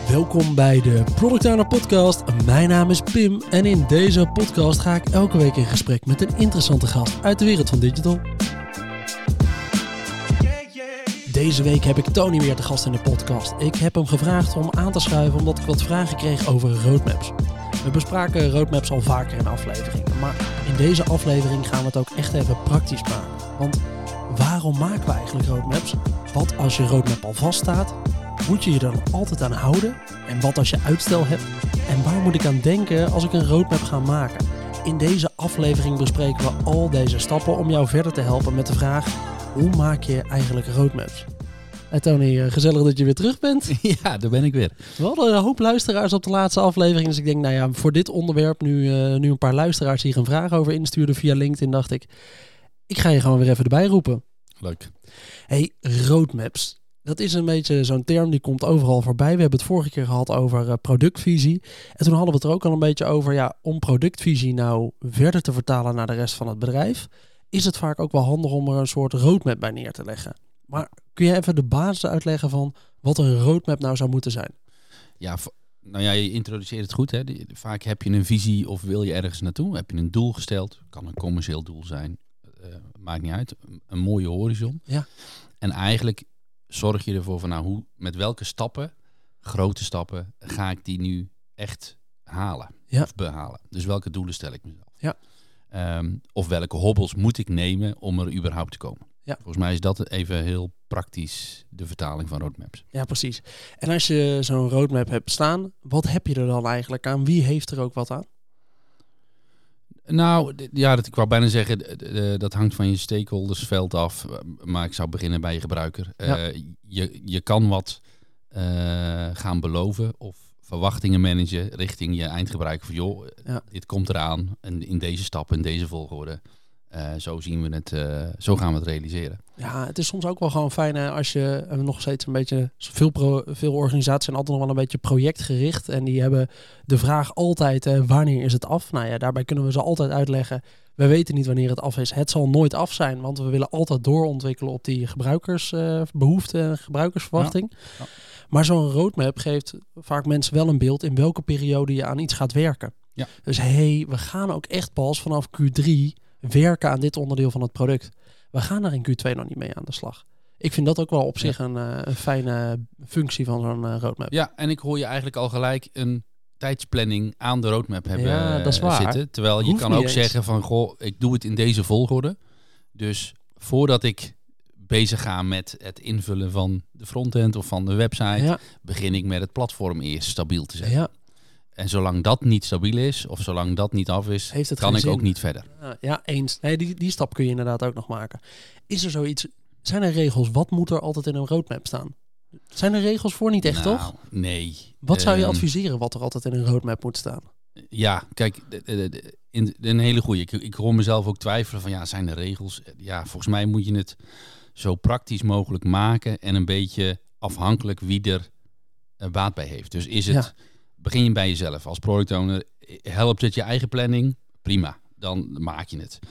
Welkom bij de Product Owner Podcast. Mijn naam is Pim en in deze podcast ga ik elke week in gesprek met een interessante gast uit de wereld van digital. Deze week heb ik Tony weer te gast in de podcast. Ik heb hem gevraagd om aan te schuiven omdat ik wat vragen kreeg over roadmaps. We bespraken roadmaps al vaker in afleveringen, maar in deze aflevering gaan we het ook echt even praktisch maken. Want waarom maken we eigenlijk roadmaps? Wat als je roadmap al vaststaat? Moet je je er dan altijd aan houden? En wat als je uitstel hebt? En waar moet ik aan denken als ik een roadmap ga maken? In deze aflevering bespreken we al deze stappen om jou verder te helpen met de vraag: hoe maak je eigenlijk roadmaps? Hey Tony, gezellig dat je weer terug bent. Ja, daar ben ik weer. We hadden een hoop luisteraars op de laatste aflevering. Dus ik denk, nou ja, voor dit onderwerp, nu een paar luisteraars hier een vraag over instuurden via LinkedIn, dacht ik ga je gewoon weer even erbij roepen. Leuk. Hey, roadmaps. Dat is een beetje zo'n term die komt overal voorbij. We hebben het vorige keer gehad over productvisie. En toen hadden we het er ook al een beetje over, ja, om productvisie nou verder te vertalen naar de rest van het bedrijf, is het vaak ook wel handig om er een soort roadmap bij neer te leggen. Maar kun je even de basis uitleggen van wat een roadmap nou zou moeten zijn? Ja, nou ja, je introduceert het goed. Hè? Vaak heb je een visie of wil je ergens naartoe. Heb je een doel gesteld. Kan een commercieel doel zijn. Maakt niet uit. Een mooie horizon. Ja. En eigenlijk zorg je ervoor van, nou, met welke stappen, grote stappen, ga ik die nu echt halen of behalen. Dus welke doelen stel ik mezelf? Ja. Of welke hobbels moet ik nemen om er überhaupt te komen? Ja. Volgens mij is dat even heel praktisch de vertaling van roadmaps. Ja, precies. En als je zo'n roadmap hebt staan, wat heb je er dan eigenlijk aan? Wie heeft er ook wat aan? Nou, ja, ik wou bijna zeggen, dat hangt van je stakeholdersveld af. Maar ik zou beginnen bij je gebruiker. Ja. Je kan wat gaan beloven of verwachtingen managen richting je eindgebruiker. Van joh, dit komt eraan en in deze stappen, in deze volgorde. Zo zien we het, zo gaan we het realiseren. Ja, het is soms ook wel gewoon fijn als je nog steeds een beetje, veel organisaties zijn altijd nog wel een beetje projectgericht en die hebben de vraag altijd wanneer is het af? Nou ja, daarbij kunnen we ze altijd uitleggen. We weten niet wanneer het af is. Het zal nooit af zijn, want we willen altijd doorontwikkelen op die gebruikersbehoeften en gebruikersverwachting. Ja. Maar zo'n roadmap geeft vaak mensen wel een beeld in welke periode je aan iets gaat werken. Ja. Dus we gaan ook echt pas vanaf Q3 werken aan dit onderdeel van het product. We gaan daar in Q2 nog niet mee aan de slag. Ik vind dat ook wel op zich een fijne functie van zo'n roadmap. Ja, en ik hoor je eigenlijk al gelijk een tijdsplanning aan de roadmap hebben zitten. Terwijl je kan ook zeggen van, goh, ik doe het in deze volgorde. Dus voordat ik bezig ga met het invullen van de frontend of van de website, begin ik met het platform eerst stabiel te zetten. Ja. En zolang dat niet stabiel is, of zolang dat niet af is, kan ik ook niet verder. Ja, eens. Nee, die stap kun je inderdaad ook nog maken. Is er zoiets, zijn er regels? Wat moet er altijd in een roadmap staan? Zijn er regels voor? Niet echt, toch? Nee. Wat zou je adviseren wat er altijd in een roadmap moet staan? Ja, kijk, een hele goeie. Ik hoor mezelf ook twijfelen van, ja, zijn er regels? Ja, volgens mij moet je het zo praktisch mogelijk maken en een beetje afhankelijk wie er baat bij heeft. Dus is het... Ja. Begin je bij jezelf. Als product owner helpt het je eigen planning? Prima, dan maak je het.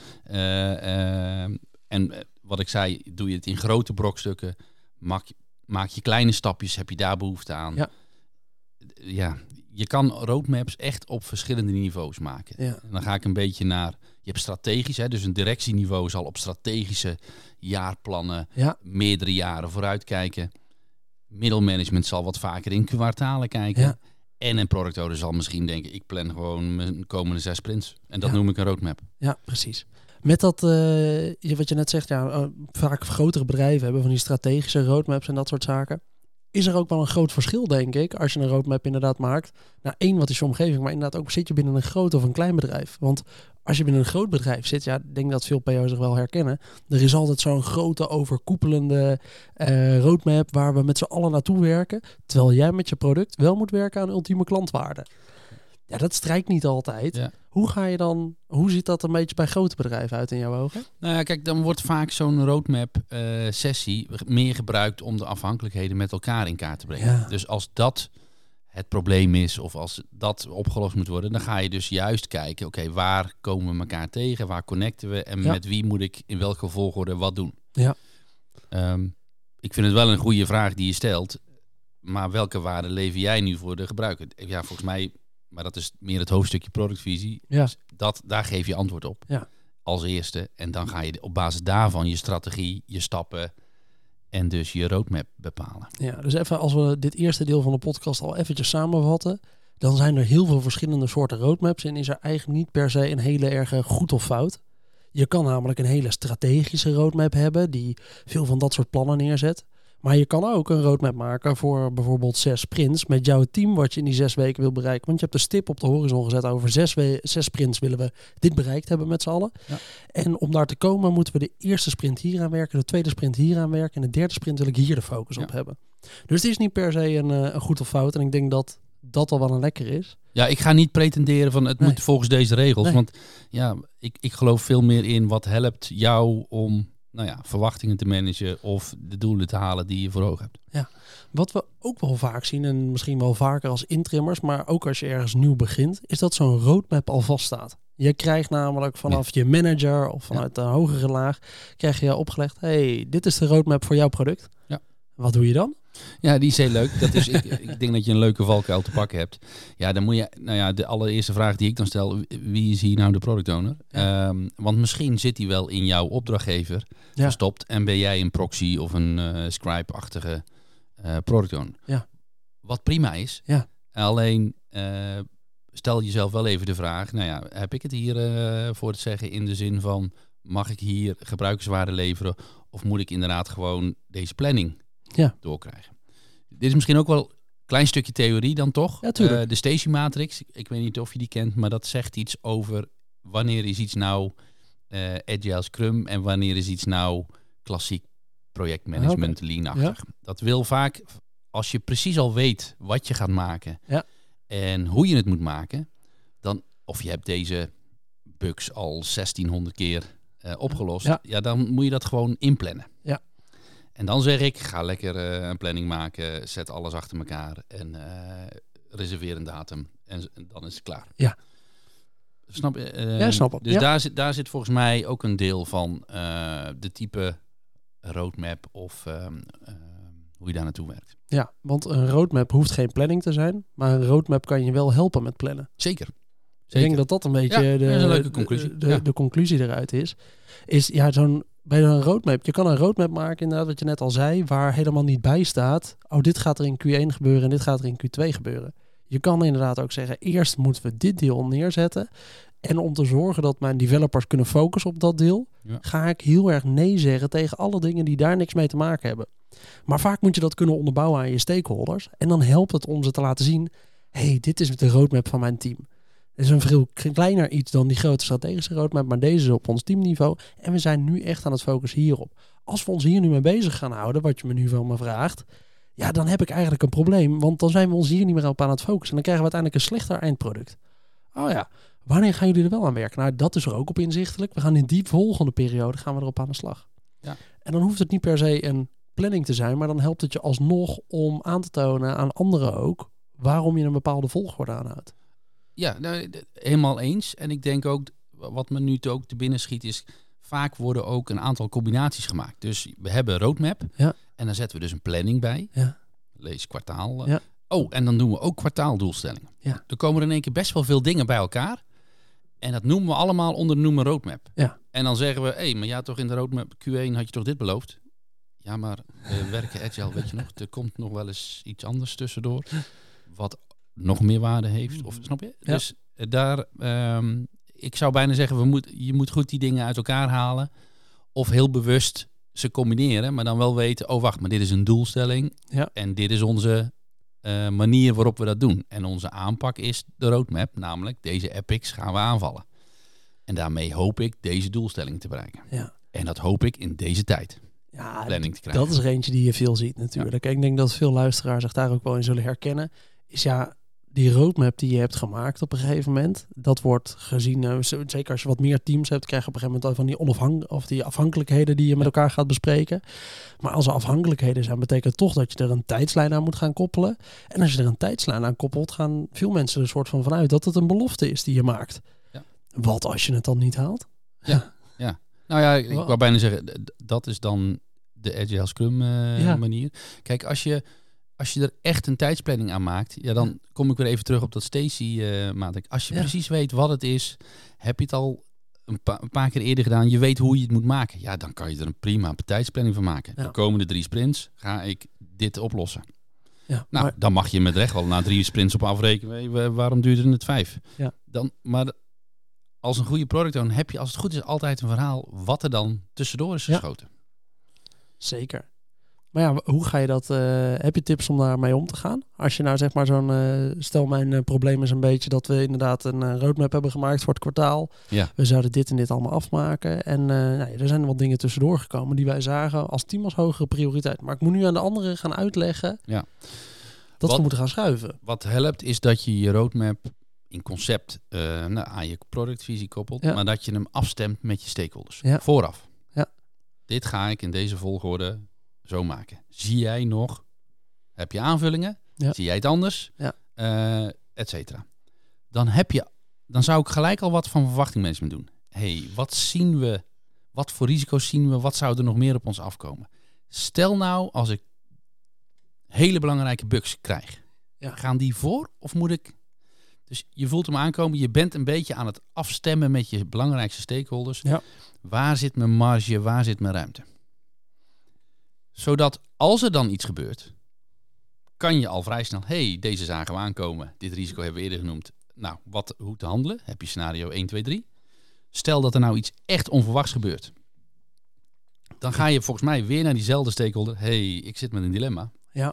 En wat ik zei, doe je het in grote brokstukken. Maak je kleine stapjes, heb je daar behoefte aan. Ja, je kan roadmaps echt op verschillende niveaus maken. Ja. En dan ga ik een beetje naar... Je hebt strategisch, dus een directieniveau zal op strategische jaarplannen meerdere jaren vooruitkijken. Middelmanagement zal wat vaker in kwartalen kijken. Ja. En een product owner zal misschien denken, ik plan gewoon mijn komende 6 sprints. En dat noem ik een roadmap. Ja, precies. Met dat, wat je net zegt, vaak grotere bedrijven hebben van die strategische roadmaps en dat soort zaken. Is er ook wel een groot verschil, denk ik, als je een roadmap inderdaad maakt. Nou, één, wat is je omgeving, maar inderdaad ook zit je binnen een groot of een klein bedrijf. Want als je binnen een groot bedrijf zit, ik denk dat veel PO's zich wel herkennen. Er is altijd zo'n grote overkoepelende roadmap waar we met z'n allen naartoe werken. Terwijl jij met je product wel moet werken aan ultieme klantwaarde. Ja, dat strijkt niet altijd. Ja. Hoe ziet dat een beetje bij grote bedrijven uit in jouw ogen? Nou ja, kijk, dan wordt vaak zo'n roadmap sessie meer gebruikt om de afhankelijkheden met elkaar in kaart te brengen. Ja. Dus als dat het probleem is of als dat opgelost moet worden, dan ga je dus juist kijken, oké, waar komen we elkaar tegen, waar connecten we en met wie moet ik in welke volgorde wat doen. Ja. Ik vind het wel een goede vraag die je stelt. maar welke waarde lever jij nu voor de gebruiker? Ja, volgens mij, maar dat is meer het hoofdstukje productvisie. Ja. Daar geef je antwoord op. Ja. Als eerste. En dan ga je op basis daarvan je strategie, je stappen en dus je roadmap bepalen. Ja, dus even als we dit eerste deel van de podcast al eventjes samenvatten, dan zijn er heel veel verschillende soorten roadmaps en is er eigenlijk niet per se een hele erge goed of fout. Je kan namelijk een hele strategische roadmap hebben die veel van dat soort plannen neerzet. Maar je kan ook een roadmap maken voor bijvoorbeeld 6 sprints met jouw team wat je in die 6 weken wil bereiken. Want je hebt een stip op de horizon gezet over 6 sprints willen we dit bereikt hebben met z'n allen. Ja. En om daar te komen moeten we de eerste sprint hier aan werken, de tweede sprint hier aan werken en de derde sprint wil ik hier de focus op hebben. Dus het is niet per se een goed of fout en ik denk dat dat al wel een lekker is. Ja, ik ga niet pretenderen van het moet volgens deze regels. Want ja, ik geloof veel meer in wat helpt jou om verwachtingen te managen of de doelen te halen die je voor ogen hebt. Ja, wat we ook wel vaak zien en misschien wel vaker als intrimmers, maar ook als je ergens nieuw begint, is dat zo'n roadmap al vaststaat. Je krijgt namelijk vanaf je manager of vanuit de hogere laag, krijg je opgelegd, hey, dit is de roadmap voor jouw product. Ja. Wat doe je dan? Ja, die is heel leuk. Dat is, ik denk dat je een leuke valkuil te pakken hebt. Ja, dan moet je, de allereerste vraag die ik dan stel, wie is hier nou de product owner? Ja. Want misschien zit hij wel in jouw opdrachtgever gestopt en ben jij een proxy of een scribe-achtige product owner. Ja. Wat prima is. Ja. Alleen stel jezelf wel even de vraag, heb ik het hier voor te zeggen in de zin van, mag ik hier gebruikerswaarde leveren of moet ik inderdaad gewoon deze planning doorkrijgen? Dit is misschien ook wel een klein stukje theorie dan toch. Ja, de Stacey Matrix, ik weet niet of je die kent, maar dat zegt iets over wanneer is iets nou Agile Scrum en wanneer is iets nou klassiek projectmanagement, lean-achtig. Ja. Dat wil vaak, als je precies al weet wat je gaat maken en hoe je het moet maken, dan, of je hebt deze bugs al 1600 keer opgelost, dan moet je dat gewoon inplannen. Ja. En dan zeg ik, ga lekker een planning maken, zet alles achter elkaar en reserveer een datum. En dan is het klaar. Ja. Snap je? Snap ik. Dus daar zit volgens mij ook een deel van de type roadmap of hoe je daar naartoe werkt. Ja, want een roadmap hoeft geen planning te zijn, maar een roadmap kan je wel helpen met plannen. Zeker. Ik denk dat dat een beetje de conclusie eruit is. Bij een roadmap, je kan een roadmap maken, inderdaad, wat je net al zei, waar helemaal niet bij staat, dit gaat er in Q1 gebeuren en dit gaat er in Q2 gebeuren. Je kan inderdaad ook zeggen, eerst moeten we dit deel neerzetten. En om te zorgen dat mijn developers kunnen focussen op dat deel, ga ik heel erg nee zeggen tegen alle dingen die daar niks mee te maken hebben. Maar vaak moet je dat kunnen onderbouwen aan je stakeholders. En dan helpt het om ze te laten zien, hey, dit is de roadmap van mijn team. Het is een veel kleiner iets dan die grote strategische roadmap, maar deze is op ons teamniveau. En we zijn nu echt aan het focussen hierop. Als we ons hier nu mee bezig gaan houden, wat je me nu van me vraagt, dan heb ik eigenlijk een probleem. Want dan zijn we ons hier niet meer op aan het focussen. En dan krijgen we uiteindelijk een slechter eindproduct. Oh ja, wanneer gaan jullie er wel aan werken? Nou, dat is er ook op inzichtelijk. We gaan in die volgende periode gaan we erop aan de slag. Ja. En dan hoeft het niet per se een planning te zijn, maar dan helpt het je alsnog om aan te tonen aan anderen ook waarom je een bepaalde volgorde aanhoudt. Ja, helemaal eens. En ik denk ook, wat me nu ook te binnen schiet is, vaak worden ook een aantal combinaties gemaakt. Dus we hebben een roadmap en dan zetten we dus een planning bij. Ja. Lees kwartaal. Ja. Oh, en dan doen we ook kwartaaldoelstellingen. Ja. Er komen er in één keer best wel veel dingen bij elkaar. En dat noemen we allemaal onder de noemer roadmap. Ja. En dan zeggen we, maar ja, toch in de roadmap Q1 had je toch dit beloofd? Ja, maar werken agile, weet je nog, er komt nog wel eens iets anders tussendoor. Wat nog meer waarde heeft. Of, snap je? Ja. Dus daar, ik zou bijna zeggen, je moet goed die dingen uit elkaar halen. Of heel bewust ze combineren, maar dan wel weten, oh wacht, maar dit is een doelstelling. Ja. En dit is onze manier waarop we dat doen. En onze aanpak is de roadmap, namelijk deze epics gaan we aanvallen. En daarmee hoop ik deze doelstelling te bereiken. Ja. En dat hoop ik in deze tijd. Ja, planning te krijgen. Dat is er eentje die je veel ziet natuurlijk. Ja. Ik denk dat veel luisteraars zich daar ook wel in zullen herkennen. Is die roadmap die je hebt gemaakt op een gegeven moment, dat wordt gezien, zeker als je wat meer teams hebt, krijg je op een gegeven moment van die afhankelijkheden die je met elkaar gaat bespreken. Maar als er afhankelijkheden zijn, betekent toch dat je er een tijdslijn aan moet gaan koppelen. En als je er een tijdslijn aan koppelt, gaan veel mensen er een soort van vanuit dat het een belofte is die je maakt. Ja. Wat als je het dan niet haalt? Ja. Nou ja, ik wou bijna zeggen, dat is dan de Agile Scrum manier. Kijk, als je als je er echt een tijdsplanning aan maakt, dan kom ik weer even terug op dat Stacy-maat. Als je precies weet wat het is, heb je het al een paar keer eerder gedaan, je weet hoe je het moet maken. Ja, dan kan je er een prima tijdsplanning van maken. De komende 3 sprints ga ik dit oplossen. Ja, nou, dan mag je met recht wel na 3 sprints op afrekenen. Waarom duurde het 5? Ja. Maar als een goede product owner heb je, als het goed is, altijd een verhaal wat er dan tussendoor is geschoten. Zeker. Maar ja, hoe ga je dat? Heb je tips om daarmee om te gaan? Als je nou zeg maar stel mijn probleem is een beetje dat we inderdaad een roadmap hebben gemaakt voor het kwartaal. Ja. We zouden dit en dit allemaal afmaken. En er zijn wat dingen tussendoor gekomen die wij zagen als team als hogere prioriteit. Maar ik moet nu aan de anderen gaan uitleggen dat we moeten gaan schuiven. Wat helpt is dat je je roadmap in concept aan je productvisie koppelt. Ja. Maar dat je hem afstemt met je stakeholders. Ja. Vooraf. Ja. Dit ga ik in deze volgorde zo maken. Zie jij nog? Heb je aanvullingen? Ja. Zie jij het anders? Ja. Et cetera. Dan zou ik gelijk al wat van verwachtingmanagement doen. Wat zien we? Wat voor risico's zien we? Wat zou er nog meer op ons afkomen? Stel nou, als ik hele belangrijke bugs krijg. Ja. Gaan die voor of moet ik? Dus je voelt hem aankomen. Je bent een beetje aan het afstemmen met je belangrijkste stakeholders. Ja. Waar zit mijn marge? Waar zit mijn ruimte? Zodat als er dan iets gebeurt, kan je al vrij snel, deze zagen we aankomen. Dit risico hebben we eerder genoemd. Nou, hoe te handelen? Heb je scenario 1, 2, 3. Stel dat er nou iets echt onverwachts gebeurt. Dan ga je volgens mij weer naar diezelfde stakeholder. Ik zit met een dilemma. Ja.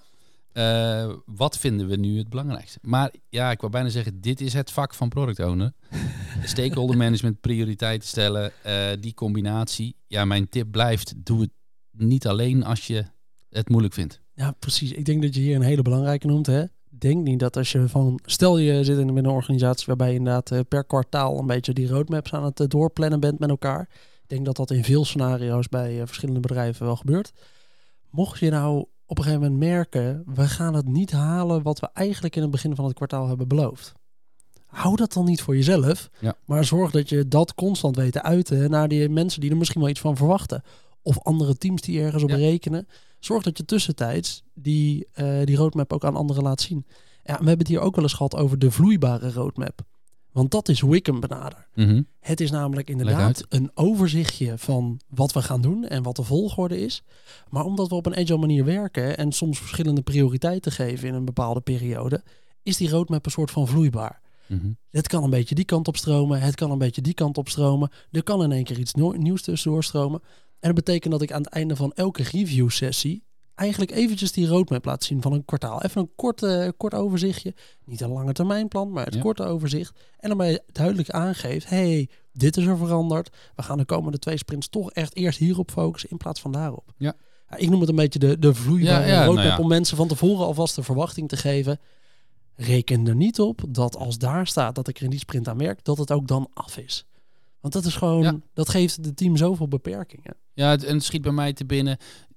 Wat vinden we nu het belangrijkste? Maar ja, ik wou bijna zeggen, dit is het vak van product owner. Stakeholder management, prioriteiten stellen, die combinatie. Ja, mijn tip blijft, doe het niet alleen als je het moeilijk vindt. Ja, precies. Ik denk dat je hier een hele belangrijke noemt. Hè? Denk niet dat als je stel je zit in een organisatie waarbij je inderdaad per kwartaal een beetje die roadmaps aan het doorplannen bent met elkaar. Ik denk dat dat in veel scenario's bij verschillende bedrijven wel gebeurt. Mocht je nou op een gegeven moment merken, we gaan het niet halen wat we eigenlijk in het begin van het kwartaal hebben beloofd. Hou dat dan niet voor jezelf, maar zorg dat je dat constant weet te uiten naar die mensen die er misschien wel iets van verwachten. Of andere teams die ergens op berekenen. Zorg dat je tussentijds die roadmap ook aan anderen laat zien. Ja, we hebben het hier ook wel eens gehad over de vloeibare roadmap. Want dat is hoe ik hem benader. Mm-hmm. Het is namelijk inderdaad een overzichtje van wat we gaan doen en wat de volgorde is. Maar omdat we op een agile manier werken en soms verschillende prioriteiten geven in een bepaalde periode, is die roadmap een soort van vloeibaar. Mm-hmm. Het kan een beetje die kant op stromen, het kan een beetje die kant op stromen. Er kan in één keer iets nieuws tussendoor stromen. En dat betekent dat ik aan het einde van elke review sessie eigenlijk eventjes die roadmap laat zien van een kwartaal. Even een kort overzichtje. Niet een lange termijnplan, maar het korte overzicht. En dan je duidelijk aangeeft, dit is er veranderd. We gaan de komende 2 sprints toch echt eerst hierop focussen in plaats van daarop. Ja. Ja, ik noem het een beetje de vloeibare roadmap om mensen van tevoren alvast de verwachting te geven. Reken er niet op dat als daar staat dat ik er in die sprint aan werk, dat het ook dan af is. Want dat is gewoon, dat geeft het team zoveel beperkingen. Ja, en het schiet bij mij te binnen.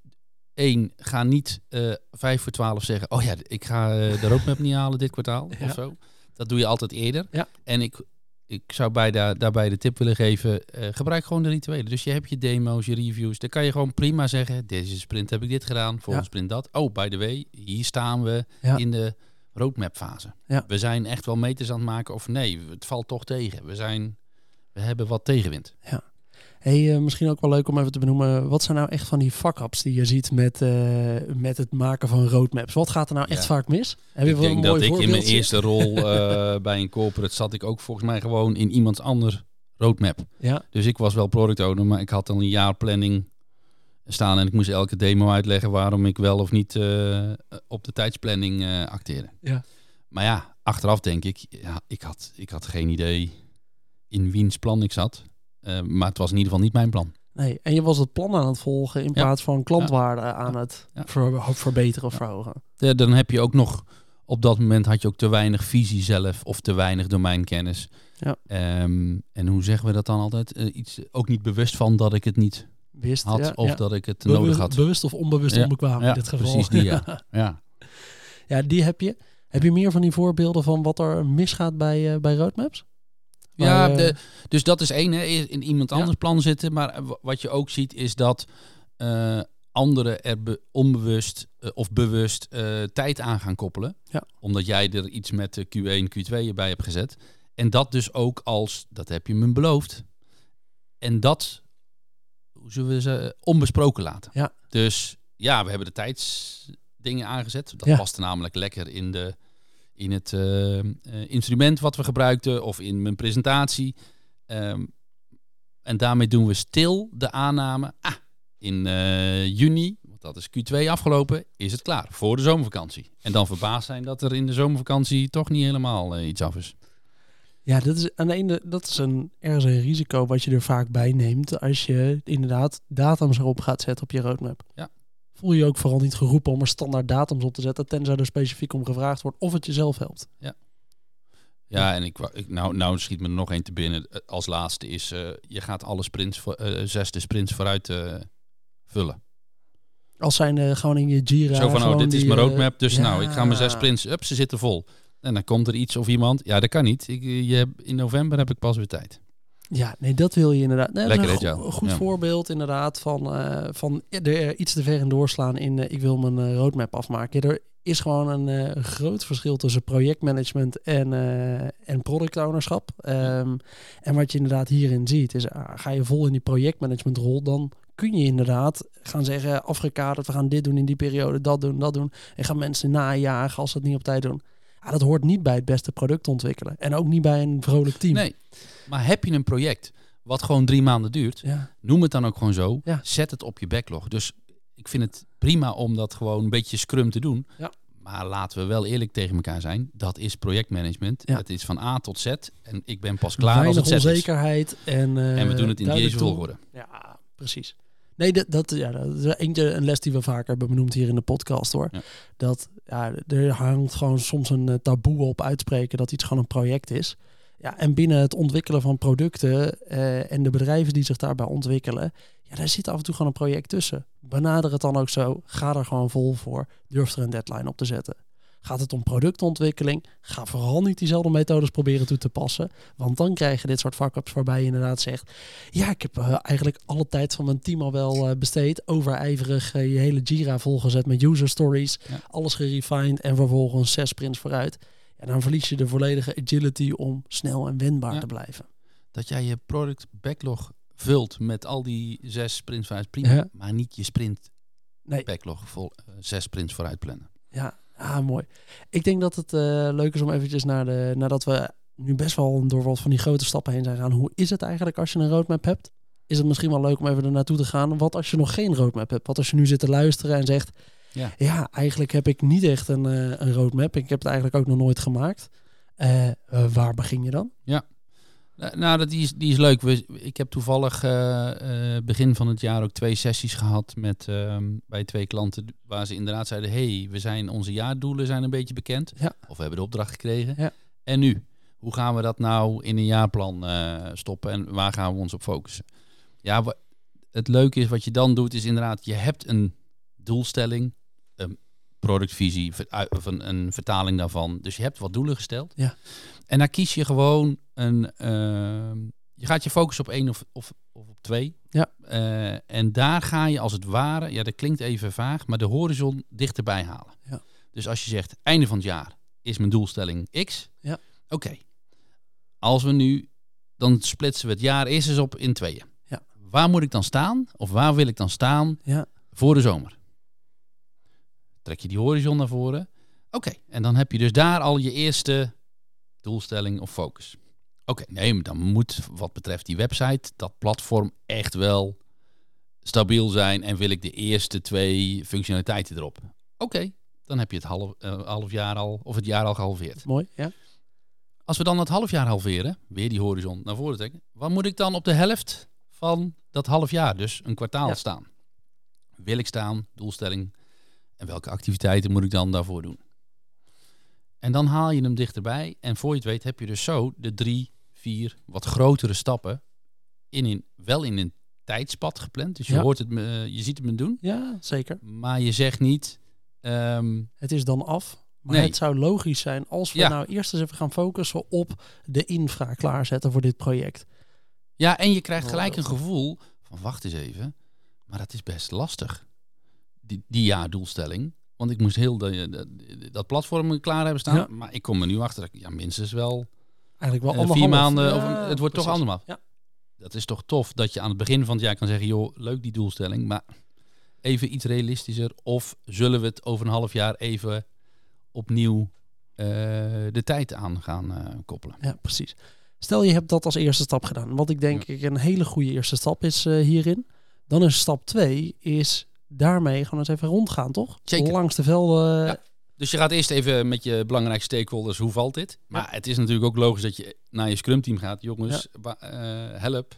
1, ga niet 5 voor 12 zeggen, ik ga de roadmap niet halen dit kwartaal of zo. Dat doe je altijd eerder. Ja. En ik zou daarbij de tip willen geven, gebruik gewoon de rituelen. Dus je hebt je demo's, je reviews. Dan kan je gewoon prima zeggen, deze sprint heb ik dit gedaan, volgende sprint dat. Oh, by the way, hier staan we in de roadmap fase. Ja. We zijn echt wel meters aan het maken of nee, het valt toch tegen. We hebben wat tegenwind. Ja. Misschien ook wel leuk om even te benoemen, wat zijn nou echt van die fuck-ups die je ziet met het maken van roadmaps? Wat gaat er nou echt vaak mis? Heb je ik denk dat ik in mijn eerste rol bij een corporate zat ik ook volgens mij gewoon in iemands ander roadmap. Ja. Dus ik was wel product owner, maar ik had dan een jaarplanning staan en ik moest elke demo uitleggen waarom ik wel of niet op de tijdsplanning acteerde. Ja. Maar ja, achteraf denk ik, ik had geen idee in wiens plan ik zat. Maar het was in ieder geval niet mijn plan. Nee, en je was het plan aan het volgen in plaats van klantwaarde aan het verbeteren of verhogen. Ja, dan heb je ook nog, op dat moment had je ook te weinig visie zelf of te weinig domeinkennis. Ja. En hoe zeggen we dat dan altijd? Ook niet bewust van dat ik het niet had of dat ik het nodig had. Bewust of onbewust onbekwaam in dit geval. Precies die, Ja, die heb je. Heb je meer van die voorbeelden van wat er misgaat bij roadmaps? Ja, dus dat is één, hè, in iemand anders plan zitten. Maar wat je ook ziet is dat anderen er onbewust of bewust tijd aan gaan koppelen. Ja. Omdat jij er iets met de Q1, Q2 bij hebt gezet. En dat dus ook als, dat heb je me beloofd. En dat, hoe zullen we ze, onbesproken laten. Ja. Dus ja, we hebben de tijdsdingen aangezet. Dat paste namelijk lekker in het instrument wat we gebruikten of in mijn presentatie. En daarmee doen we stil de aanname. In juni, want dat is Q2 afgelopen, is het klaar voor de zomervakantie. En dan verbaasd zijn dat er in de zomervakantie toch niet helemaal iets af is. Ja, dat is aan de ene, dat is ergens een risico wat je er vaak bij neemt als je inderdaad datums erop gaat zetten op je roadmap. Ja. Voel je ook vooral niet geroepen om er standaard datums op te zetten, tenzij er specifiek om gevraagd wordt of het jezelf helpt. Ja. Ja, en nou schiet me er nog één te binnen. Als laatste is, je gaat alle sprints, 6 sprints vooruit vullen. Als zijn gewoon in je Jira. Zo van, dit is mijn roadmap, dus ik ga mijn 6 sprints, ze zitten vol. En dan komt er iets of iemand, ja, dat kan niet. In november heb ik pas weer tijd. Ja, nee, dat wil je inderdaad. Nee, lekker, een goed voorbeeld inderdaad van er iets te ver in doorslaan in ik wil mijn roadmap afmaken. Er is gewoon een groot verschil tussen projectmanagement en product ownership. En wat je inderdaad hierin ziet is, ga je vol in die projectmanagementrol, dan kun je inderdaad gaan zeggen, afgekaderd, we gaan dit doen in die periode, dat doen. En gaan mensen najagen als ze het niet op tijd doen. Ja, dat hoort niet bij het beste product ontwikkelen. En ook niet bij een vrolijk team. Nee, maar heb je een project wat gewoon 3 maanden duurt, noem het dan ook gewoon zo. Ja. Zet het op je backlog. Dus ik vind het prima om dat gewoon een beetje scrum te doen. Ja. Maar laten we wel eerlijk tegen elkaar zijn. Dat is projectmanagement. Ja. Het is van A tot Z. En ik ben pas klaar als het Z is. Onzekerheid. En we doen het in deze volgorde. Ja, precies. Nee, dat is een les die we vaker hebben benoemd hier in de podcast, hoor. Ja. Dat er hangt gewoon soms een taboe op uitspreken dat iets gewoon een project is. Ja, en binnen het ontwikkelen van producten en de bedrijven die zich daarbij ontwikkelen, daar zit af en toe gewoon een project tussen. Benader het dan ook zo. Ga er gewoon vol voor. Durf er een deadline op te zetten. Gaat het om productontwikkeling? Ga vooral niet diezelfde methodes proberen toe te passen. Want dan krijg je dit soort fuck-ups waarbij je inderdaad zegt, ja, ik heb eigenlijk alle tijd van mijn team al wel besteed. Overijverig je hele Jira volgezet met user stories. Ja. Alles gerefined en vervolgens 6 sprints vooruit. En dan verlies je de volledige agility om snel en wendbaar te blijven. Dat jij je product backlog vult met al die 6 sprints vooruit, prima. Maar niet je sprint backlog vol 6 sprints vooruit plannen. Ja. Mooi. Ik denk dat het leuk is om eventjes nadat we nu best wel door wat van die grote stappen heen zijn gegaan. Hoe is het eigenlijk als je een roadmap hebt? Is het misschien wel leuk om even er naartoe te gaan? Wat als je nog geen roadmap hebt? Wat als je nu zit te luisteren en zegt, ja eigenlijk heb ik niet echt een roadmap. Ik heb het eigenlijk ook nog nooit gemaakt. Waar begin je dan? Ja. Nou, die is leuk. Ik heb toevallig begin van het jaar ook 2 sessies gehad bij 2 klanten waar ze inderdaad zeiden, onze jaardoelen zijn een beetje bekend. Ja. Of we hebben de opdracht gekregen. Ja. En nu? Hoe gaan we dat nou in een jaarplan stoppen en waar gaan we ons op focussen? Ja, het leuke is wat je dan doet is inderdaad, je hebt een doelstelling, een productvisie, een vertaling daarvan. Dus je hebt wat doelen gesteld. Ja. En daar kies je gewoon je gaat je focussen op 1 of op 2. Ja. En daar ga je als het ware, dat klinkt even vaag, maar de horizon dichterbij halen. Ja. Dus als je zegt, einde van het jaar is mijn doelstelling X. Ja. Oké. Als we nu, dan splitsen we het jaar eerst eens op in 2. Ja. Waar moet ik dan staan? Of waar wil ik dan staan voor de zomer? Trek je die horizon naar voren. Oké. En dan heb je dus daar al je eerste doelstelling of focus. Oké, maar dan moet wat betreft die website dat platform echt wel stabiel zijn en wil ik de eerste 2 functionaliteiten erop. Oké, dan heb je het half jaar al of het jaar al gehalveerd. Mooi, ja. Als we dan het half jaar halveren, weer die horizon naar voren trekken, waar moet ik dan op de helft van dat half jaar, dus een kwartaal staan? Wil ik staan, doelstelling, en welke activiteiten moet ik dan daarvoor doen? En dan haal je hem dichterbij. En voor je het weet heb je dus zo de 3, 4 wat grotere stappen wel in een tijdspad gepland. Dus je hoort het, je ziet het me doen. Ja, zeker. Maar je zegt niet, het is dan af. Maar het zou logisch zijn als we nou eerst eens even gaan focussen op de infra klaarzetten voor dit project. Ja, en je krijgt gelijk een gevoel van wacht eens even, maar dat is best lastig. die jaardoelstelling. Want ik moest heel dat platform klaar hebben staan. Ja. Maar ik kom er nu achter dat minstens wel... Eigenlijk wel 4 maanden. Ja, het wordt precies. toch anderhalf. Ja. Dat is toch tof dat je aan het begin van het jaar kan zeggen... joh, leuk die doelstelling, maar even iets realistischer. Of zullen we het over een half jaar even opnieuw de tijd aan gaan koppelen? Ja, precies. Stel je hebt dat als eerste stap gedaan. Wat ik denk ik een hele goede eerste stap is hierin. Dan is stap 2 is daarmee gewoon eens even rondgaan, toch? Zeker. Langs de velden. Ja. Dus je gaat eerst even met je belangrijkste stakeholders, hoe valt dit? Maar het is natuurlijk ook logisch dat je naar je scrumteam gaat. Jongens, help.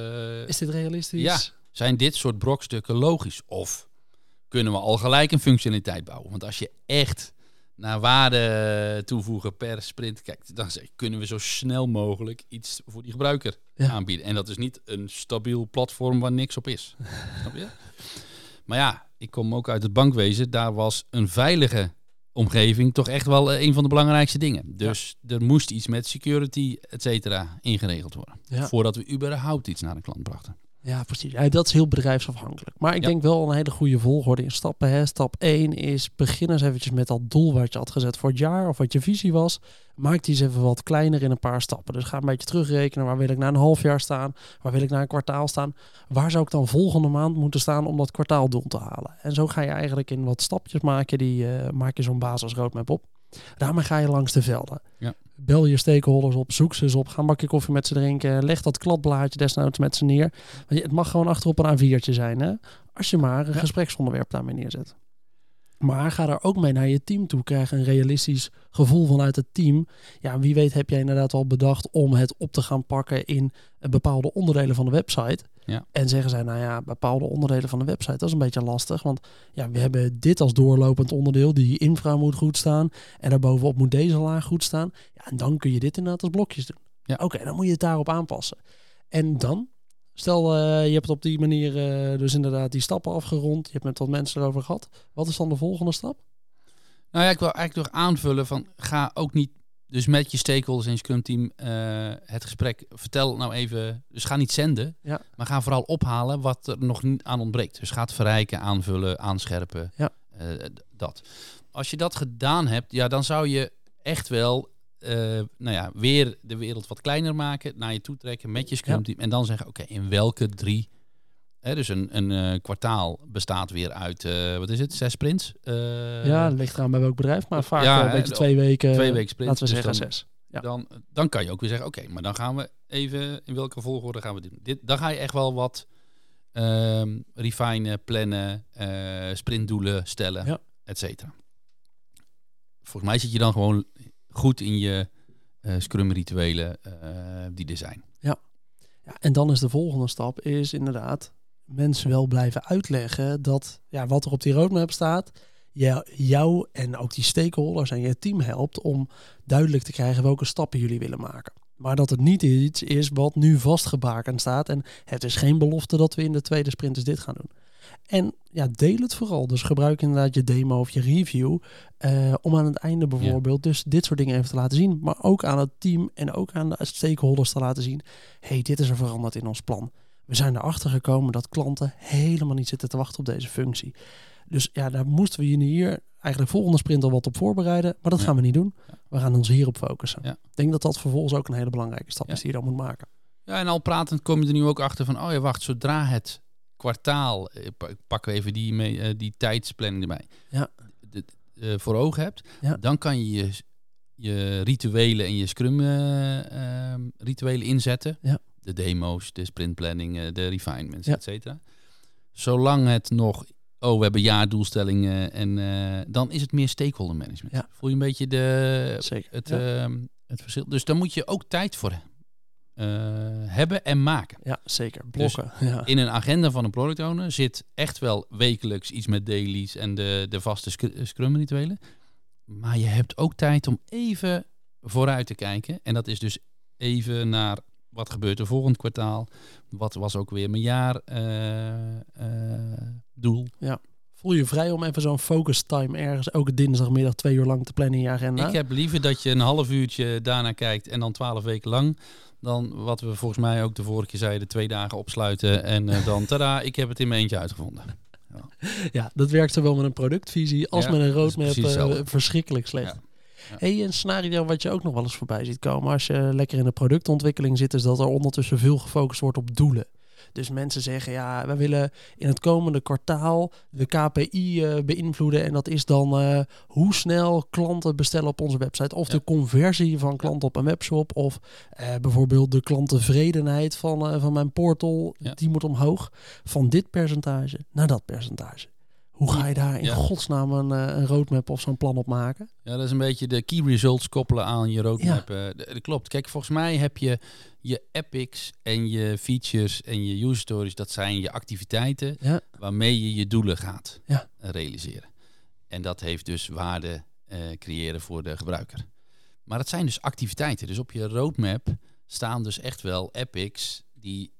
Is dit realistisch? Ja, zijn dit soort brokstukken logisch? Of kunnen we al gelijk een functionaliteit bouwen? Want als je echt naar waarde toevoegen per sprint kijkt, dan kunnen we zo snel mogelijk iets voor die gebruiker aanbieden. En dat is niet een stabiel platform waar niks op is. Snap je? Maar ja, ik kom ook uit het bankwezen. Daar was een veilige omgeving toch echt wel een van de belangrijkste dingen. Dus er moest iets met security, et cetera, ingeregeld worden. Ja. Voordat we überhaupt iets naar de klant brachten. Ja, precies. Ja, dat is heel bedrijfsafhankelijk. Maar ik denk wel een hele goede volgorde in stappen. Hè. Stap 1 is begin eens eventjes met dat doel wat je had gezet voor het jaar of wat je visie was. Maak die eens even wat kleiner in een paar stappen. Dus ga een beetje terugrekenen. Waar wil ik na een half jaar staan? Waar wil ik na een kwartaal staan? Waar zou ik dan volgende maand moeten staan om dat kwartaaldoel te halen? En zo ga je eigenlijk in wat stapjes maken. Die maak je zo'n basisroadmap op. Daarmee ga je langs de velden. Ja. Bel je stakeholders op, zoek ze eens op, ga een bakje koffie met ze drinken, leg dat kladblaadje desnoods met ze neer. Want het mag gewoon achterop een A4'tje zijn, hè? Als je maar een gespreksonderwerp daarmee neerzet. Maar ga daar ook mee naar je team toe. Krijg een realistisch gevoel vanuit het team. Ja, wie weet heb jij inderdaad al bedacht om het op te gaan pakken in bepaalde onderdelen van de website. Ja. En zeggen zij, nou ja, bepaalde onderdelen van de website, dat is een beetje lastig. Want ja, we hebben dit als doorlopend onderdeel. Die infra moet goed staan. En daarbovenop moet deze laag goed staan. Ja, en dan kun je dit inderdaad als blokjes doen. Ja. Oké, dan moet je het daarop aanpassen. En dan, stel je hebt op die manier dus inderdaad die stappen afgerond. Je hebt met wat mensen erover gehad. Wat is dan de volgende stap? Nou ja, ik wil eigenlijk nog aanvullen van ga ook niet dus met je stakeholders en je Scrum team het gesprek, vertel nou even, dus ga niet zenden, maar ga vooral ophalen wat er nog niet aan ontbreekt. Dus ga het verrijken, aanvullen, aanscherpen, dat. Als je dat gedaan hebt, ja, dan zou je echt wel weer de wereld wat kleiner maken, naar je toe trekken met je Scrum team en dan zeggen, oké, in welke 3... dus een kwartaal bestaat weer uit, 6 sprints? Ja, dat ligt eraan bij welk bedrijf, maar vaak een beetje 2 weken. 2 weken sprint. Laten we dus zeggen 6. Ja. Dan kan je ook weer zeggen, oké, maar dan gaan we even, in welke volgorde gaan we doen? Dan ga je echt wel wat refinen, plannen, sprintdoelen stellen, et cetera. Volgens mij zit je dan gewoon goed in je Scrum-rituelen die er zijn. Ja, en dan is de volgende stap is inderdaad mensen wel blijven uitleggen dat wat er op die roadmap staat, jou en ook die stakeholders en je team helpt om duidelijk te krijgen welke stappen jullie willen maken. Maar dat het niet iets is wat nu vastgebakend staat en het is geen belofte dat we in de tweede sprint dus dit gaan doen. En deel het vooral. Dus gebruik inderdaad je demo of je review om aan het einde bijvoorbeeld dus dit soort dingen even te laten zien. Maar ook aan het team en ook aan de stakeholders te laten zien. Hey, dit is er veranderd in ons plan. We zijn erachter gekomen dat klanten helemaal niet zitten te wachten op deze functie. Dus daar moesten we hier eigenlijk volgende sprint al wat op voorbereiden. Maar dat gaan we niet doen. We gaan ons hierop focussen. Ja. Ik denk dat dat vervolgens ook een hele belangrijke stap is die je dan moet maken. Ja, en al pratend kom je er nu ook achter van, wacht, zodra het kwartaal, pakken we even die tijdsplanning erbij, voor ogen hebt, dan kan je je rituelen en je Scrum rituelen inzetten. Ja. De demo's, de sprintplanning, de refinements, et cetera. Zolang het nog, we hebben jaardoelstellingen en dan is het meer stakeholder management. Ja. Voel je een beetje het verschil? Dus daar moet je ook tijd voor hebben en maken. Ja, zeker. Blokken. Dus in een agenda van een product owner zit echt wel wekelijks iets met dailies en de vaste Scrum rituelen. Maar je hebt ook tijd om even vooruit te kijken. En dat is dus even naar wat gebeurt er volgend kwartaal. Wat was ook weer mijn jaardoel. Ja. Voel je vrij om even zo'n focus time ergens elke dinsdagmiddag 2 uur lang te plannen in je agenda? Ik heb liever dat je een half uurtje daarna kijkt en dan 12 weken lang. Dan wat we volgens mij ook de vorige keer zeiden, 2 dagen opsluiten. En dan, tada, ik heb het in mijn eentje uitgevonden. Ja, dat werkt zowel met een productvisie als met een roadmap verschrikkelijk slecht. Ja. Ja. Hey, een scenario wat je ook nog wel eens voorbij ziet komen als je lekker in de productontwikkeling zit, is dat er ondertussen veel gefocust wordt op doelen. Dus mensen zeggen, ja, wij willen in het komende kwartaal de KPI beïnvloeden. En dat is dan hoe snel klanten bestellen op onze website. Of de conversie van klanten op een webshop. Of bijvoorbeeld de klanttevredenheid van mijn portal. Ja. Die moet omhoog. Van dit percentage naar dat percentage. Hoe ga je daar in godsnaam een roadmap of zo'n plan op maken? Ja, dat is een beetje de key results koppelen aan je roadmap. Ja. Dat klopt. Kijk, volgens mij heb je epics en je features en je user stories. Dat zijn je activiteiten waarmee je je doelen gaat realiseren. En dat heeft dus waarde creëren voor de gebruiker. Maar het zijn dus activiteiten. Dus op je roadmap staan dus echt wel epics die,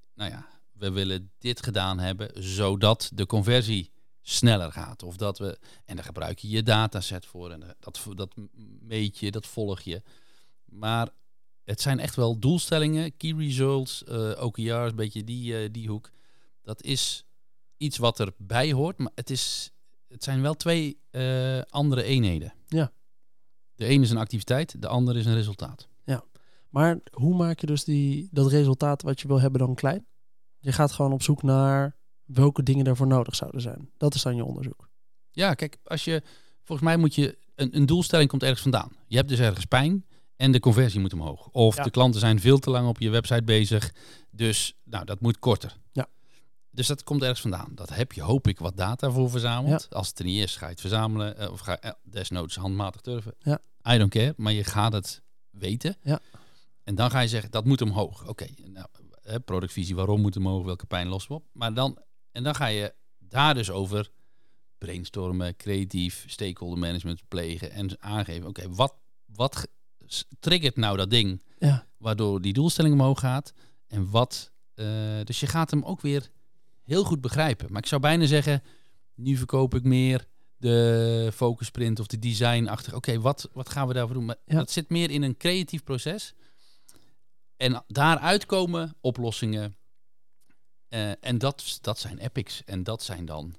we willen dit gedaan hebben zodat de conversie sneller gaat. Of dat we, en daar gebruik je je dataset voor en dat meet je, dat volg je. Maar het zijn echt wel doelstellingen, key results, OKR's, een beetje die hoek. Dat is iets wat erbij hoort, maar het zijn wel twee andere eenheden. Ja. De ene is een activiteit, de andere is een resultaat. Ja, maar hoe maak je dus dat resultaat wat je wil hebben dan klein? Je gaat gewoon op zoek naar welke dingen daarvoor nodig zouden zijn. Dat is dan je onderzoek. Ja, kijk, volgens mij moet je, een doelstelling komt ergens vandaan. Je hebt dus ergens pijn en de conversie moet omhoog. Of de klanten zijn veel te lang op je website bezig, dus dat moet korter. Ja. Dus dat komt ergens vandaan. Dat heb je, hoop ik, wat data voor verzameld. Ja. Als het er niet is, ga je het verzamelen of ga je desnoods handmatig turven. Ja. I don't care, maar je gaat het weten. Ja. En dan ga je zeggen, dat moet omhoog. Oké, productvisie, waarom moet omhoog, welke pijn lossen we op? Maar dan ga je daar dus over brainstormen, creatief, stakeholder management plegen en aangeven, oké, wat triggert nou dat ding waardoor die doelstelling omhoog gaat en wat... dus je gaat hem ook weer heel goed begrijpen. Maar ik zou bijna zeggen, nu verkoop ik meer de focusprint of de design-achtig. Oké, wat gaan we daarvoor doen? Maar dat zit meer in een creatief proces. En daaruit komen oplossingen. En dat zijn epics. En dat zijn dan...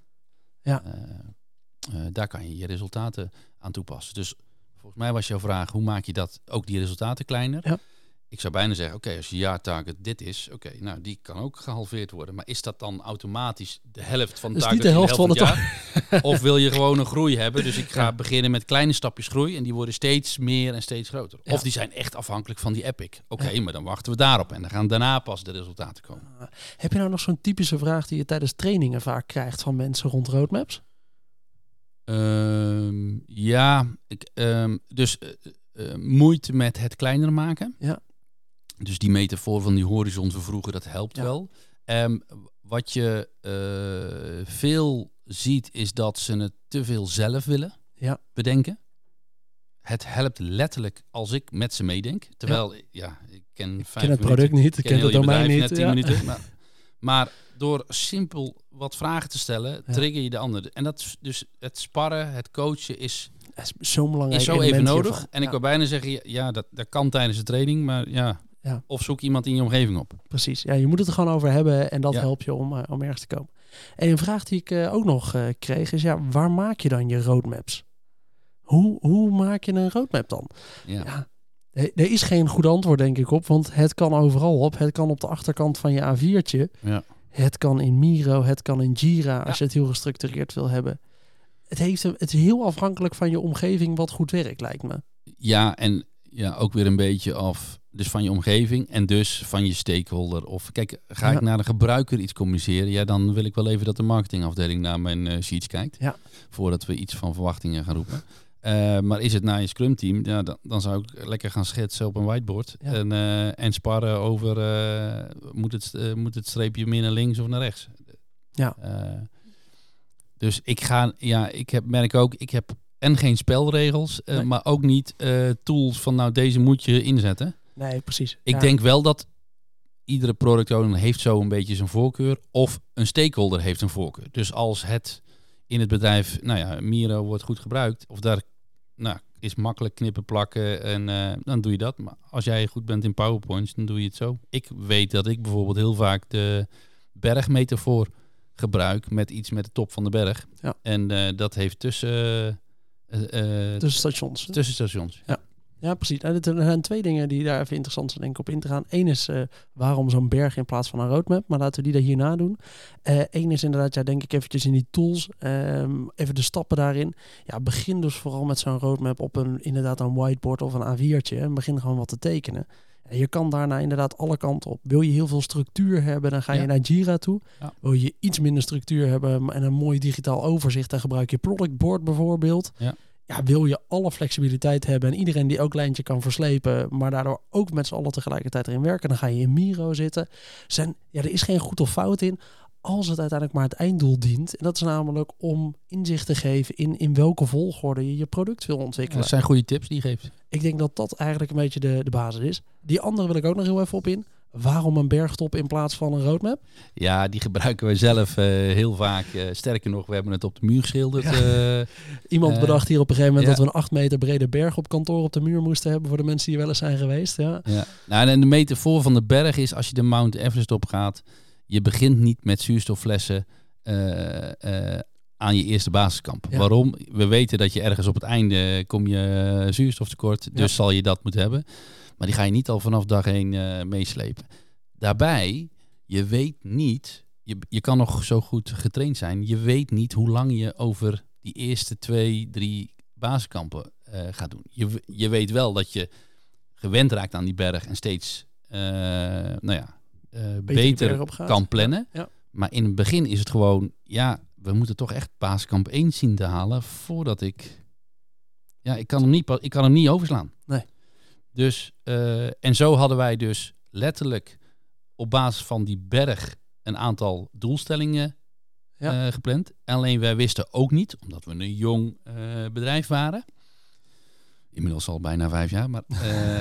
daar kan je je resultaten aan toepassen. Dus volgens mij was jouw vraag, hoe maak je dat ook die resultaten kleiner? Ja. Ik zou bijna zeggen, oké, als je jaartarget dit is, die kan ook gehalveerd worden. Maar is dat dan automatisch de helft van het target? Niet de helft van het jaar? Of wil je gewoon een groei hebben? Dus ik ga beginnen met kleine stapjes groei en die worden steeds meer en steeds groter. Ja. Of die zijn echt afhankelijk van die epic. Oké, maar dan wachten we daarop en dan gaan daarna pas de resultaten komen. Heb je nou nog zo'n typische vraag die je tijdens trainingen vaak krijgt van mensen rond roadmaps? Moeite met het kleiner maken. Ja. Dus die metafoor van die horizon vervroegen, dat helpt wel. Wat je veel ziet, is dat ze het te veel zelf willen bedenken. Het helpt letterlijk als ik met ze meedenk. Terwijl, ik ken het product niet, ik ken het domein niet. Net 10 minuten. Maar door simpel wat vragen te stellen, trigger je de ander. En dat is dus het sparren, het coachen is zo belangrijk. Is zo even nodig. Hiervan. En ik wil bijna zeggen, dat kan tijdens de training, maar of zoek iemand in je omgeving op. Precies, je moet het er gewoon over hebben en dat helpt je om ergens te komen. En een vraag die ik ook nog kreeg is, waar maak je dan je roadmaps? Hoe maak je een roadmap dan? Ja. Er is geen goed antwoord, denk ik, op, want het kan overal op. Het kan op de achterkant van je A4'tje. Ja. Het kan in Miro, het kan in Jira, als je het heel gestructureerd wil hebben. Het is heel afhankelijk van je omgeving wat goed werkt, lijkt me. Ja, en ook weer een beetje af dus van je omgeving en dus van je stakeholder. Of kijk, ga ik naar de gebruiker iets communiceren, dan wil ik wel even dat de marketingafdeling naar mijn sheets kijkt. Ja. Voordat we iets van verwachtingen gaan roepen. Maar is het naar je Scrum team, dan zou ik lekker gaan schetsen op een whiteboard. Ja. En sparren over moet het streepje meer naar links of naar rechts. Ja. Dus ik heb en geen spelregels, maar ook niet tools van deze moet je inzetten. Nee, precies. Ik denk wel dat iedere product owner heeft zo een beetje zijn voorkeur of een stakeholder heeft een voorkeur. Dus als het in het bedrijf, Miro wordt goed gebruikt of daar is makkelijk knippen plakken en dan doe je dat. Maar als jij goed bent in PowerPoints, dan doe je het zo. Ik weet dat ik bijvoorbeeld heel vaak de bergmetafoor gebruik met iets met de top van de berg. Ja. En dat heeft tussen stations. Ja, precies. En er zijn 2 dingen die daar even interessant zijn, denk ik, op in te gaan. Eén is waarom zo'n berg in plaats van een roadmap. Maar laten we die hierna doen. Eén is inderdaad, denk ik eventjes in die tools. Even de stappen daarin. Ja, begin dus vooral met zo'n roadmap op een whiteboard of een A4'tje. En begin gewoon wat te tekenen. Je kan daarna inderdaad alle kanten op. Wil je heel veel structuur hebben, dan ga je naar Jira toe. Ja. Wil je iets minder structuur hebben en een mooi digitaal overzicht, dan gebruik je Product Board bijvoorbeeld. Ja, wil je alle flexibiliteit hebben en iedereen die ook lijntje kan verslepen, maar daardoor ook met z'n allen tegelijkertijd erin werken, dan ga je in Miro zitten. Er is geen goed of fout in, als het uiteindelijk maar het einddoel dient. En dat is namelijk om inzicht te geven in welke volgorde je product wil ontwikkelen. Dat zijn goede tips die je geeft. Ik denk dat dat eigenlijk een beetje de basis is. Die andere wil ik ook nog heel even op in. Waarom een bergtop in plaats van een roadmap? Ja, die gebruiken we zelf heel vaak. Sterker nog, we hebben het op de muur geschilderd. Ja. Iemand bedacht hier op een gegeven moment dat we een 8 meter brede berg op kantoor op de muur moesten hebben voor de mensen die wel eens zijn geweest. Ja. Nou, en de metafoor van de berg is als je de Mount Everest opgaat, je begint niet met zuurstofflessen aan je eerste basiskamp. Ja. Waarom? We weten dat je ergens op het einde kom je zuurstoftekort, dus zal je dat moeten hebben. Maar die ga je niet al vanaf dag 1 meeslepen. Daarbij, je weet niet, je kan nog zo goed getraind zijn, je weet niet hoe lang je over die eerste 2-3 basiskampen gaat doen. Je weet wel dat je gewend raakt aan die berg en steeds beter kan plannen. Ja. Maar in het begin is het gewoon, we moeten toch echt basiskamp 1 zien te halen voordat ik kan hem niet overslaan. Nee. Dus, en zo hadden wij dus letterlijk op basis van die berg een aantal doelstellingen gepland. Alleen wij wisten ook niet, omdat we een jong bedrijf waren, inmiddels al bijna 5 jaar, maar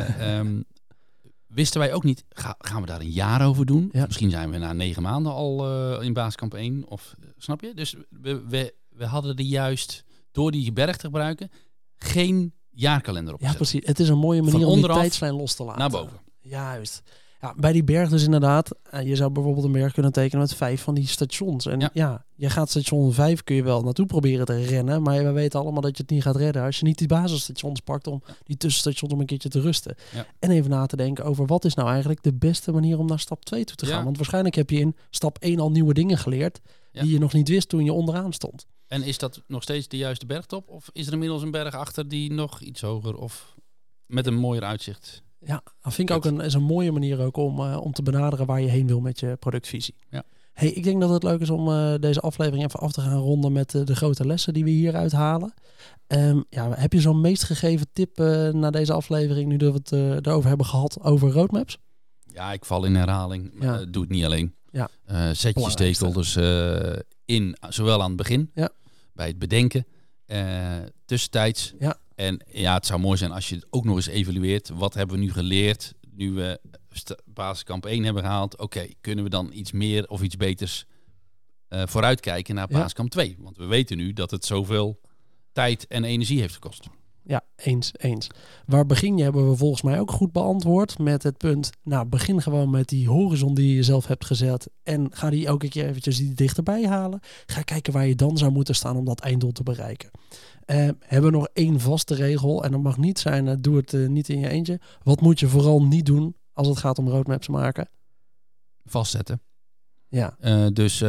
wisten wij ook niet, gaan we daar een jaar over doen? Ja. Misschien zijn we na 9 maanden al in basiskamp 1, of snap je? Dus we hadden er juist, door die berg te gebruiken, geen jaarkalender op. Ja, precies. Het is een mooie manier om die tijdslijn los te laten. Naar boven. Juist. Ja, bij die berg dus inderdaad. Je zou bijvoorbeeld een berg kunnen tekenen met 5 van die stations. En je gaat station 5 kun je wel naartoe proberen te rennen. Maar we weten allemaal dat je het niet gaat redden als je niet die basisstations pakt om die tussenstations om een keertje te rusten. Ja. En even na te denken over wat is nou eigenlijk de beste manier om naar stap 2 toe te gaan. Want waarschijnlijk heb je in stap 1 al nieuwe dingen geleerd die je nog niet wist toen je onderaan stond. En is dat nog steeds de juiste bergtop? Of is er inmiddels een berg achter die nog iets hoger of met een mooier uitzicht? Ja, dat vind ik ook een mooie manier ook om te benaderen waar je heen wil met je productvisie. Ja. Hey, ik denk dat het leuk is om deze aflevering even af te gaan ronden met de grote lessen die we hieruit halen. Heb je zo'n meest gegeven tip na deze aflevering, nu dat we het erover hebben gehad over roadmaps? Ja, ik val in herhaling. Maar doe het niet alleen. Ja. Zet je stakeholders in, zowel aan het begin, bij het bedenken, tussentijds. Ja. En het zou mooi zijn als je het ook nog eens evalueert. Wat hebben we nu geleerd? Nu we basiskamp 1 hebben gehaald. Oké, kunnen we dan iets meer of iets beters vooruitkijken naar basiskamp 2? Want we weten nu dat het zoveel tijd en energie heeft gekost. Ja, eens. Waar begin je hebben we volgens mij ook goed beantwoord met het punt. Nou, begin gewoon met die horizon die je zelf hebt gezet. En ga die elke keer eventjes dichterbij halen. Ga kijken waar je dan zou moeten staan om dat einddoel te bereiken. Hebben we nog 1 vaste regel. En dat mag niet zijn, doe het niet in je eentje. Wat moet je vooral niet doen als het gaat om roadmaps maken? Vastzetten. Ja. Dus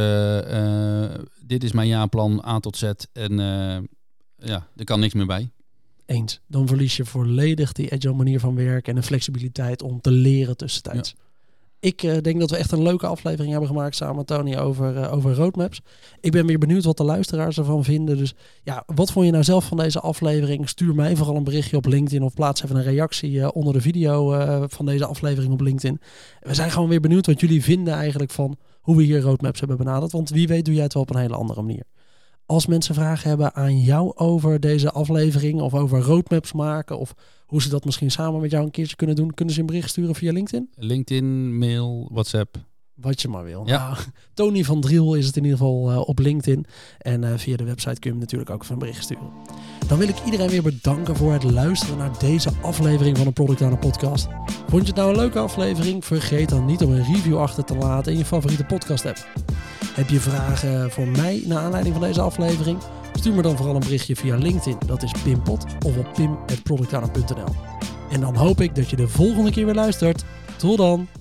dit is mijn jaarplan A tot Z. En er kan niks meer bij. Eens. Dan verlies je volledig die agile manier van werken en de flexibiliteit om te leren tussentijds. Ja. Ik denk dat we echt een leuke aflevering hebben gemaakt samen met Tony over roadmaps. Ik ben weer benieuwd wat de luisteraars ervan vinden. Dus wat vond je nou zelf van deze aflevering? Stuur mij vooral een berichtje op LinkedIn of plaats even een reactie onder de video van deze aflevering op LinkedIn. We zijn gewoon weer benieuwd wat jullie vinden eigenlijk van hoe we hier roadmaps hebben benaderd. Want wie weet doe jij het wel op een hele andere manier. Als mensen vragen hebben aan jou over deze aflevering of over roadmaps maken of hoe ze dat misschien samen met jou een keertje kunnen doen, kunnen ze een bericht sturen via LinkedIn? LinkedIn, mail, WhatsApp. Wat je maar wil. Ja. Nou, Tony van Driel is het in ieder geval op LinkedIn. En via de website kun je hem natuurlijk ook even een bericht sturen. Dan wil ik iedereen weer bedanken voor het luisteren naar deze aflevering van de Product Owner Podcast. Vond je het nou een leuke aflevering? Vergeet dan niet om een review achter te laten in je favoriete podcast app. Heb je vragen voor mij naar aanleiding van deze aflevering? Stuur me dan vooral een berichtje via LinkedIn, dat is Pimpot, of op pim@productowner.nl. En dan hoop ik dat je de volgende keer weer luistert. Tot dan!